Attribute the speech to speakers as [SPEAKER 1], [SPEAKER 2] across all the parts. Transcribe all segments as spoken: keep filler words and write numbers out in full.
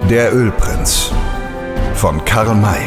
[SPEAKER 1] Der Ölprinz von Karl May.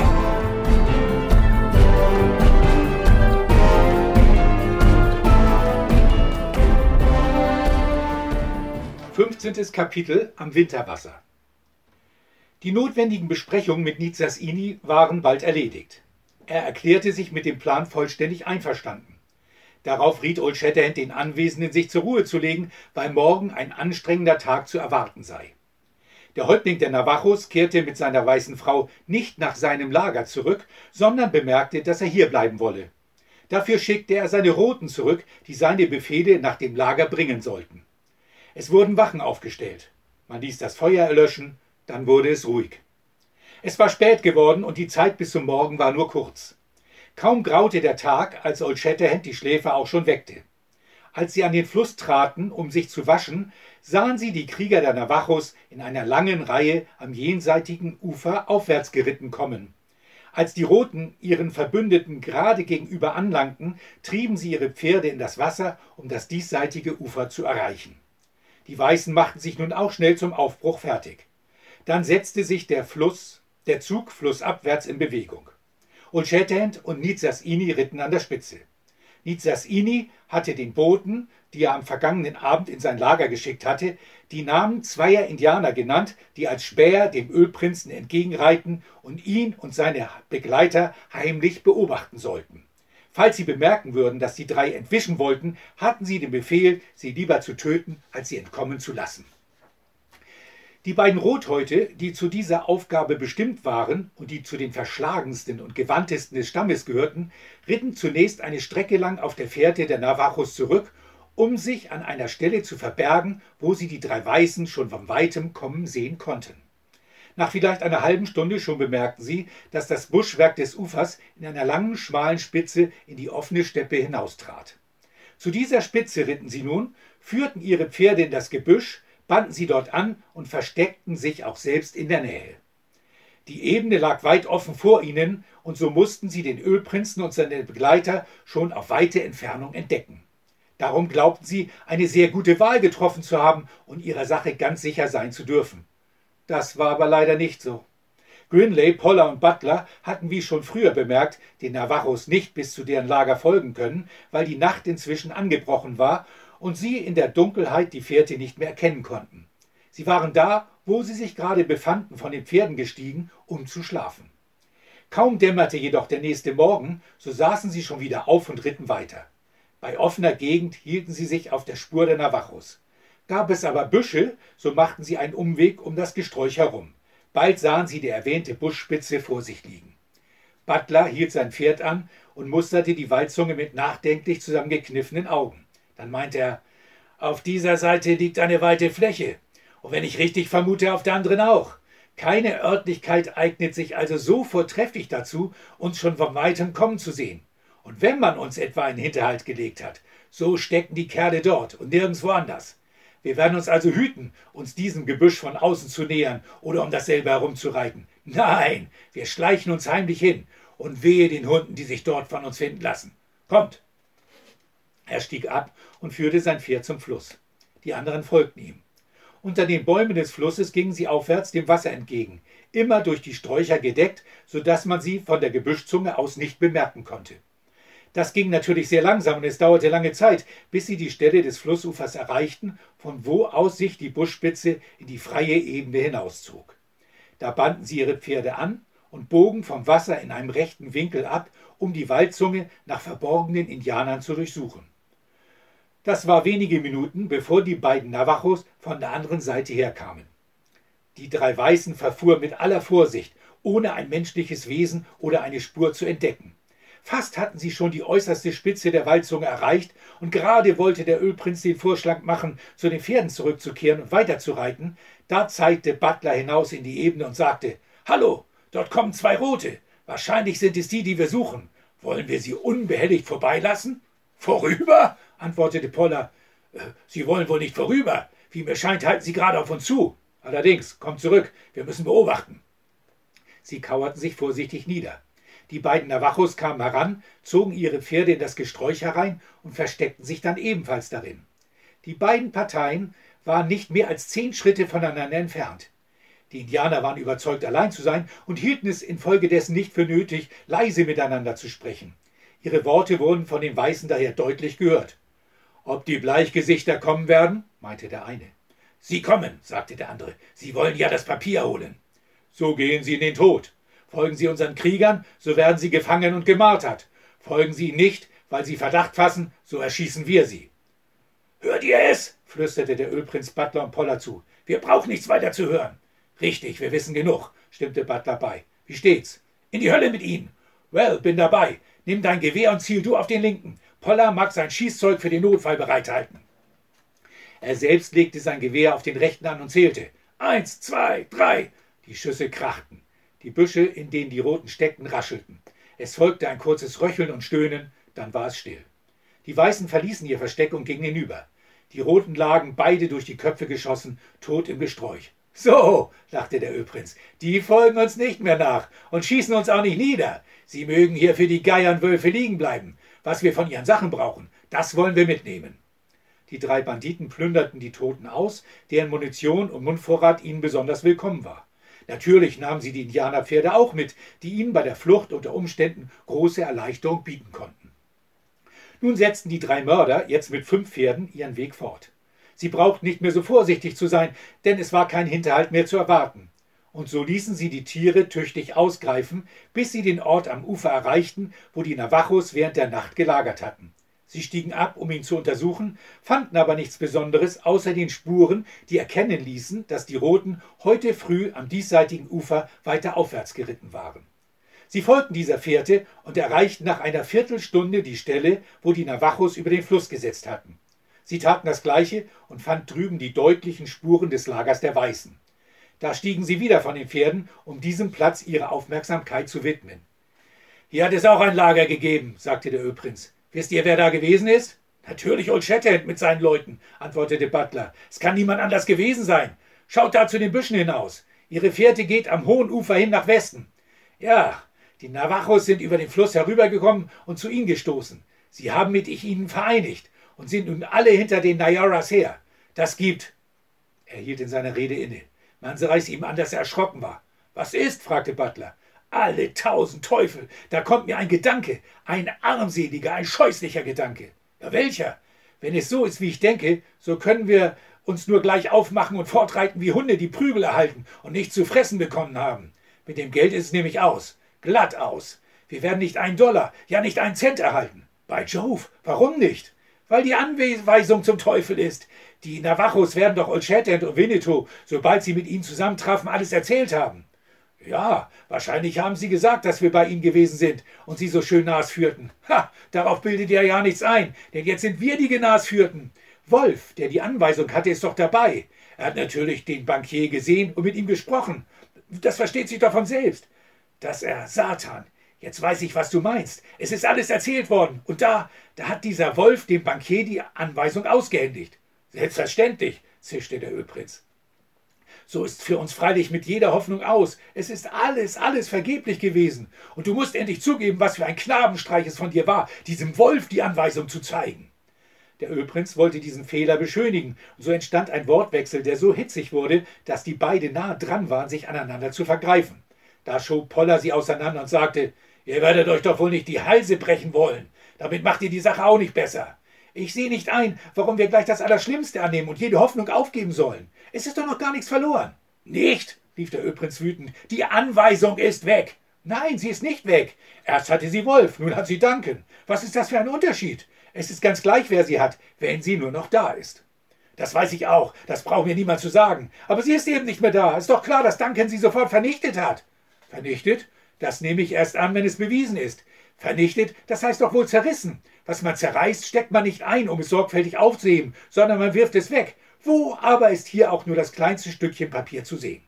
[SPEAKER 2] fünfzehntes Kapitel am Winterwasser. Die notwendigen Besprechungen mit Nizzas-ini waren bald erledigt. Er erklärte sich mit dem Plan vollständig einverstanden. Darauf riet Old Shatterhand den Anwesenden, sich zur Ruhe zu legen, weil morgen ein anstrengender Tag zu erwarten sei. Der Häuptling der Navajos kehrte mit seiner weißen Frau nicht nach seinem Lager zurück, sondern bemerkte, dass er hier bleiben wolle. Dafür schickte er seine Roten zurück, die seine Befehle nach dem Lager bringen sollten. Es wurden Wachen aufgestellt. Man ließ das Feuer erlöschen, dann wurde es ruhig. Es war spät geworden und die Zeit bis zum Morgen war nur kurz. Kaum graute der Tag, als Old Shatterhand die Schläfer auch schon weckte. Als sie an den Fluss traten, um sich zu waschen, sahen sie die Krieger der Navajos in einer langen Reihe am jenseitigen Ufer aufwärts geritten kommen. Als die Roten ihren Verbündeten gerade gegenüber anlangten, trieben sie ihre Pferde in das Wasser, um das diesseitige Ufer zu erreichen. Die Weißen machten sich nun auch schnell zum Aufbruch fertig. Dann setzte sich der Fluss, der Zug flussabwärts in Bewegung. Old Shatterhand und Nizzas-ini ritten an der Spitze. Nizzas-ini hatte den Boten, die er am vergangenen Abend in sein Lager geschickt hatte, die Namen zweier Indianer genannt, die als Späher dem Ölprinzen entgegenreiten und ihn und seine Begleiter heimlich beobachten sollten. Falls sie bemerken würden, dass die drei entwischen wollten, hatten sie den Befehl, sie lieber zu töten, als sie entkommen zu lassen. Die beiden Rothäute, die zu dieser Aufgabe bestimmt waren und die zu den verschlagensten und gewandtesten des Stammes gehörten, ritten zunächst eine Strecke lang auf der Fährte der Navajos zurück, um sich an einer Stelle zu verbergen, wo sie die drei Weißen schon von weitem kommen sehen konnten. Nach vielleicht einer halben Stunde schon bemerkten sie, dass das Buschwerk des Ufers in einer langen, schmalen Spitze in die offene Steppe hinaustrat. Zu dieser Spitze ritten sie nun, führten ihre Pferde in das Gebüsch, banden sie dort an und versteckten sich auch selbst in der Nähe. Die Ebene lag weit offen vor ihnen, und so mussten sie den Ölprinzen und seine Begleiter schon auf weite Entfernung entdecken. Darum glaubten sie, eine sehr gute Wahl getroffen zu haben und ihrer Sache ganz sicher sein zu dürfen. Das war aber leider nicht so. Grinley, Poller und Butler hatten, wie schon früher bemerkt, den Navajos nicht bis zu deren Lager folgen können, weil die Nacht inzwischen angebrochen war und sie in der Dunkelheit die Fährte nicht mehr erkennen konnten. Sie waren da, wo sie sich gerade befanden, von den Pferden gestiegen, um zu schlafen. Kaum dämmerte jedoch der nächste Morgen, so saßen sie schon wieder auf und ritten weiter. Bei offener Gegend hielten sie sich auf der Spur der Navajos. Gab es aber Büsche, so machten sie einen Umweg um das Gesträuch herum. Bald sahen sie die erwähnte Buschspitze vor sich liegen. Butler hielt sein Pferd an und musterte die Waldzunge mit nachdenklich zusammengekniffenen Augen. Dann meinte er, auf dieser Seite liegt eine weite Fläche. Und wenn ich richtig vermute, auf der anderen auch. Keine Örtlichkeit eignet sich also so vortrefflich dazu, uns schon von weitem kommen zu sehen. Und wenn man uns etwa einen Hinterhalt gelegt hat, so stecken die Kerle dort und nirgendwo anders. Wir werden uns also hüten, uns diesem Gebüsch von außen zu nähern oder um dasselbe herumzureiten. Nein, wir schleichen uns heimlich hin und wehe den Hunden, die sich dort von uns finden lassen. Kommt! Er stieg ab und führte sein Pferd zum Fluss. Die anderen folgten ihm. Unter den Bäumen des Flusses gingen sie aufwärts dem Wasser entgegen, immer durch die Sträucher gedeckt, so dass man sie von der Gebüschzunge aus nicht bemerken konnte. Das ging natürlich sehr langsam und es dauerte lange Zeit, bis sie die Stelle des Flussufers erreichten, von wo aus sich die Buschspitze in die freie Ebene hinauszog. Da banden sie ihre Pferde an und bogen vom Wasser in einem rechten Winkel ab, um die Waldzunge nach verborgenen Indianern zu durchsuchen. Das war wenige Minuten, bevor die beiden Navajos von der anderen Seite herkamen. Die drei Weißen verfuhren mit aller Vorsicht, ohne ein menschliches Wesen oder eine Spur zu entdecken. Fast hatten sie schon die äußerste Spitze der Waldzunge erreicht und gerade wollte der Ölprinz den Vorschlag machen, zu den Pferden zurückzukehren und weiterzureiten. Da zeigte Butler hinaus in die Ebene und sagte, »Hallo, dort kommen zwei Rote. Wahrscheinlich sind es die, die wir suchen. Wollen wir sie unbehelligt vorbeilassen?« »Vorüber?« antwortete Poller. Äh, »Sie wollen wohl nicht vorüber. Wie mir scheint, halten sie gerade auf uns zu. Allerdings, kommt zurück, wir müssen beobachten.« Sie kauerten sich vorsichtig nieder. Die beiden Navajos kamen heran, zogen ihre Pferde in das Gesträuch herein und versteckten sich dann ebenfalls darin. Die beiden Parteien waren nicht mehr als zehn Schritte voneinander entfernt. Die Indianer waren überzeugt, allein zu sein und hielten es infolgedessen nicht für nötig, leise miteinander zu sprechen. Ihre Worte wurden von den Weißen daher deutlich gehört. »Ob die Bleichgesichter kommen werden?« meinte der eine. »Sie kommen«, sagte der andere. »Sie wollen ja das Papier holen.« »So gehen sie in den Tod. Folgen Sie unseren Kriegern, so werden sie gefangen und gemartert. Folgen Sie ihnen nicht, weil sie Verdacht fassen, so erschießen wir sie.« »Hört ihr es?« flüsterte der Ölprinz Butler und Poller zu. »Wir brauchen nichts weiter zu hören.« »Richtig, wir wissen genug«, stimmte Butler bei. »Wie steht's?« »In die Hölle mit ihnen.« »Well, bin dabei. Nimm dein Gewehr und ziel du auf den linken. Poller mag sein Schießzeug für den Notfall bereithalten.« Er selbst legte sein Gewehr auf den rechten an und zählte. Eins, zwei, drei. Die Schüsse krachten. Die Büsche, in denen die Roten steckten, raschelten. Es folgte ein kurzes Röcheln und Stöhnen, dann war es still. Die Weißen verließen ihr Versteck und gingen hinüber. Die Roten lagen, beide durch die Köpfe geschossen, tot im Gesträuch. »So«, lachte der Ölprinz, »die folgen uns nicht mehr nach und schießen uns auch nicht nieder. Sie mögen hier für die Geiernwölfe liegen bleiben. Was wir von ihren Sachen brauchen, das wollen wir mitnehmen.« Die drei Banditen plünderten die Toten aus, deren Munition und Mundvorrat ihnen besonders willkommen war. Natürlich nahmen sie die Indianerpferde auch mit, die ihnen bei der Flucht unter Umständen große Erleichterung bieten konnten. Nun setzten die drei Mörder, jetzt mit fünf Pferden, ihren Weg fort. Sie brauchten nicht mehr so vorsichtig zu sein, denn es war kein Hinterhalt mehr zu erwarten. Und so ließen sie die Tiere tüchtig ausgreifen, bis sie den Ort am Ufer erreichten, wo die Navajos während der Nacht gelagert hatten. Sie stiegen ab, um ihn zu untersuchen, fanden aber nichts Besonderes außer den Spuren, die erkennen ließen, dass die Roten heute früh am diesseitigen Ufer weiter aufwärts geritten waren. Sie folgten dieser Fährte und erreichten nach einer Viertelstunde die Stelle, wo die Navajos über den Fluss gesetzt hatten. Sie taten das Gleiche und fanden drüben die deutlichen Spuren des Lagers der Weißen. Da stiegen sie wieder von den Pferden, um diesem Platz ihre Aufmerksamkeit zu widmen. »Hier hat es auch ein Lager gegeben«, sagte der Ölprinz. »Wisst ihr, wer da gewesen ist?« »Natürlich Old Shatterhand mit seinen Leuten«, antwortete Butler. »Es kann niemand anders gewesen sein. Schaut da zu den Büschen hinaus. Ihre Fährte geht am hohen Ufer hin nach Westen.« »Ja, die Navajos sind über den Fluss herübergekommen und zu ihnen gestoßen. Sie haben mit ihnen vereinigt und sind nun alle hinter den Nayaras her. Das gibt...« Er hielt in seiner Rede inne. Man sah es ihm an, dass er erschrocken war. »Was ist?« fragte Butler. »Alle tausend Teufel, da kommt mir ein Gedanke, ein armseliger, ein scheußlicher Gedanke.« »Ja, welcher? Wenn es so ist, wie ich denke, so können wir uns nur gleich aufmachen und fortreiten wie Hunde, die Prügel erhalten und nichts zu fressen bekommen haben. Mit dem Geld ist es nämlich aus, glatt aus. Wir werden nicht einen Dollar, ja nicht einen Cent erhalten. Bei Jove, warum nicht? Weil die Anweisung zum Teufel ist. Die Navajos werden doch Old Shatterhand und Winnetou, sobald sie mit ihnen zusammentrafen, alles erzählt haben.« »Ja, wahrscheinlich haben sie gesagt, dass wir bei ihnen gewesen sind und sie so schön Nas führten. Ha, darauf bildet ihr ja nichts ein, denn jetzt sind wir die Genas führten. Wolf, der die Anweisung hatte, ist doch dabei. Er hat natürlich den Bankier gesehen und mit ihm gesprochen. Das versteht sich doch von selbst. Dass er, Satan, jetzt weiß ich, was du meinst. Es ist alles erzählt worden und da, da hat dieser Wolf dem Bankier die Anweisung ausgehändigt.« »Selbstverständlich«, zischte der Ölprinz. »So ist für uns freilich mit jeder Hoffnung aus. Es ist alles, alles vergeblich gewesen. Und du musst endlich zugeben, was für ein Knabenstreich es von dir war, diesem Wolf die Anweisung zu zeigen.« Der Ölprinz wollte diesen Fehler beschönigen. So entstand ein Wortwechsel, der so hitzig wurde, dass die beiden nahe dran waren, sich aneinander zu vergreifen. Da schob Poller sie auseinander und sagte, »Ihr werdet euch doch wohl nicht die Halse brechen wollen. Damit macht ihr die Sache auch nicht besser. Ich sehe nicht ein, warum wir gleich das Allerschlimmste annehmen und jede Hoffnung aufgeben sollen. Es ist doch noch gar nichts verloren.« »Nicht«, rief der Ölprinz wütend, »die Anweisung ist weg.« »Nein, sie ist nicht weg. Erst hatte sie Wolf, nun hat sie Duncan. Was ist das für ein Unterschied? Es ist ganz gleich, wer sie hat, wenn sie nur noch da ist.« »Das weiß ich auch, das braucht mir niemand zu sagen. Aber sie ist eben nicht mehr da. Ist doch klar, dass Duncan sie sofort vernichtet hat.« »Vernichtet? Das nehme ich erst an, wenn es bewiesen ist. Vernichtet, das heißt doch wohl zerrissen. Was man zerreißt, steckt man nicht ein, um es sorgfältig aufzuheben, sondern man wirft es weg. Wo aber ist hier auch nur das kleinste Stückchen Papier zu sehen?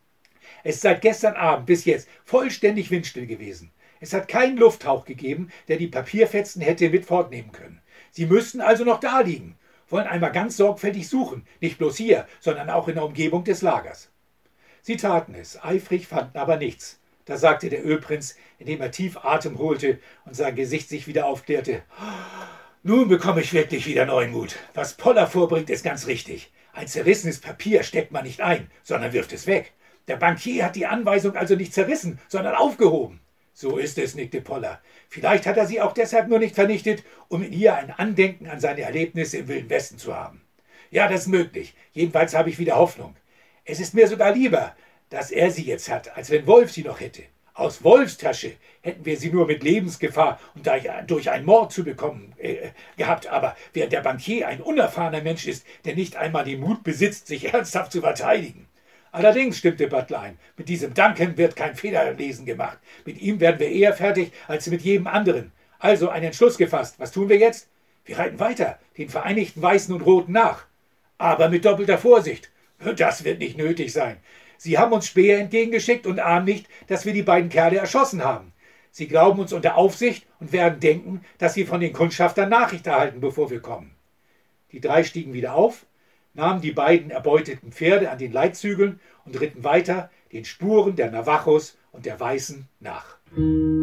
[SPEAKER 2] Es ist seit gestern Abend bis jetzt vollständig windstill gewesen. Es hat keinen Lufthauch gegeben, der die Papierfetzen hätte mit fortnehmen können. Sie müssten also noch da liegen. Wollen einmal ganz sorgfältig suchen, nicht bloß hier, sondern auch in der Umgebung des Lagers.« Sie taten es, eifrig, fanden aber nichts. Da sagte der Ölprinz, indem er tief Atem holte und sein Gesicht sich wieder aufklärte, »Nun bekomme ich wirklich wieder neuen Mut. Was Poller vorbringt, ist ganz richtig. Ein zerrissenes Papier steckt man nicht ein, sondern wirft es weg. Der Bankier hat die Anweisung also nicht zerrissen, sondern aufgehoben. So ist es, nickte Poller. Vielleicht hat er sie auch deshalb nur nicht vernichtet, um in ihr ein Andenken an seine Erlebnisse im Wilden Westen zu haben. Ja, das ist möglich. Jedenfalls habe ich wieder Hoffnung. Es ist mir sogar lieber, dass er sie jetzt hat, als wenn Wolf sie noch hätte. Aus Wolfs Tasche hätten wir sie nur mit Lebensgefahr und durch einen Mord zu bekommen äh, gehabt. Aber während der Bankier ein unerfahrener Mensch ist, der nicht einmal den Mut besitzt, sich ernsthaft zu verteidigen. Allerdings, stimmte Butler ein, mit diesem Duncan wird kein Federlesen gemacht. Mit ihm werden wir eher fertig als mit jedem anderen. Also ein Entschluss gefasst. Was tun wir jetzt? Wir reiten weiter, den Vereinigten Weißen und Roten nach. Aber mit doppelter Vorsicht. Das wird nicht nötig sein. Sie haben uns Späher entgegengeschickt und ahnen nicht, dass wir die beiden Kerle erschossen haben. Sie glauben uns unter Aufsicht und werden denken, dass sie von den Kundschaftern Nachricht erhalten, bevor wir kommen. Die drei stiegen wieder auf, nahmen die beiden erbeuteten Pferde an den Leitzügeln und ritten weiter den Spuren der Navajos und der Weißen nach.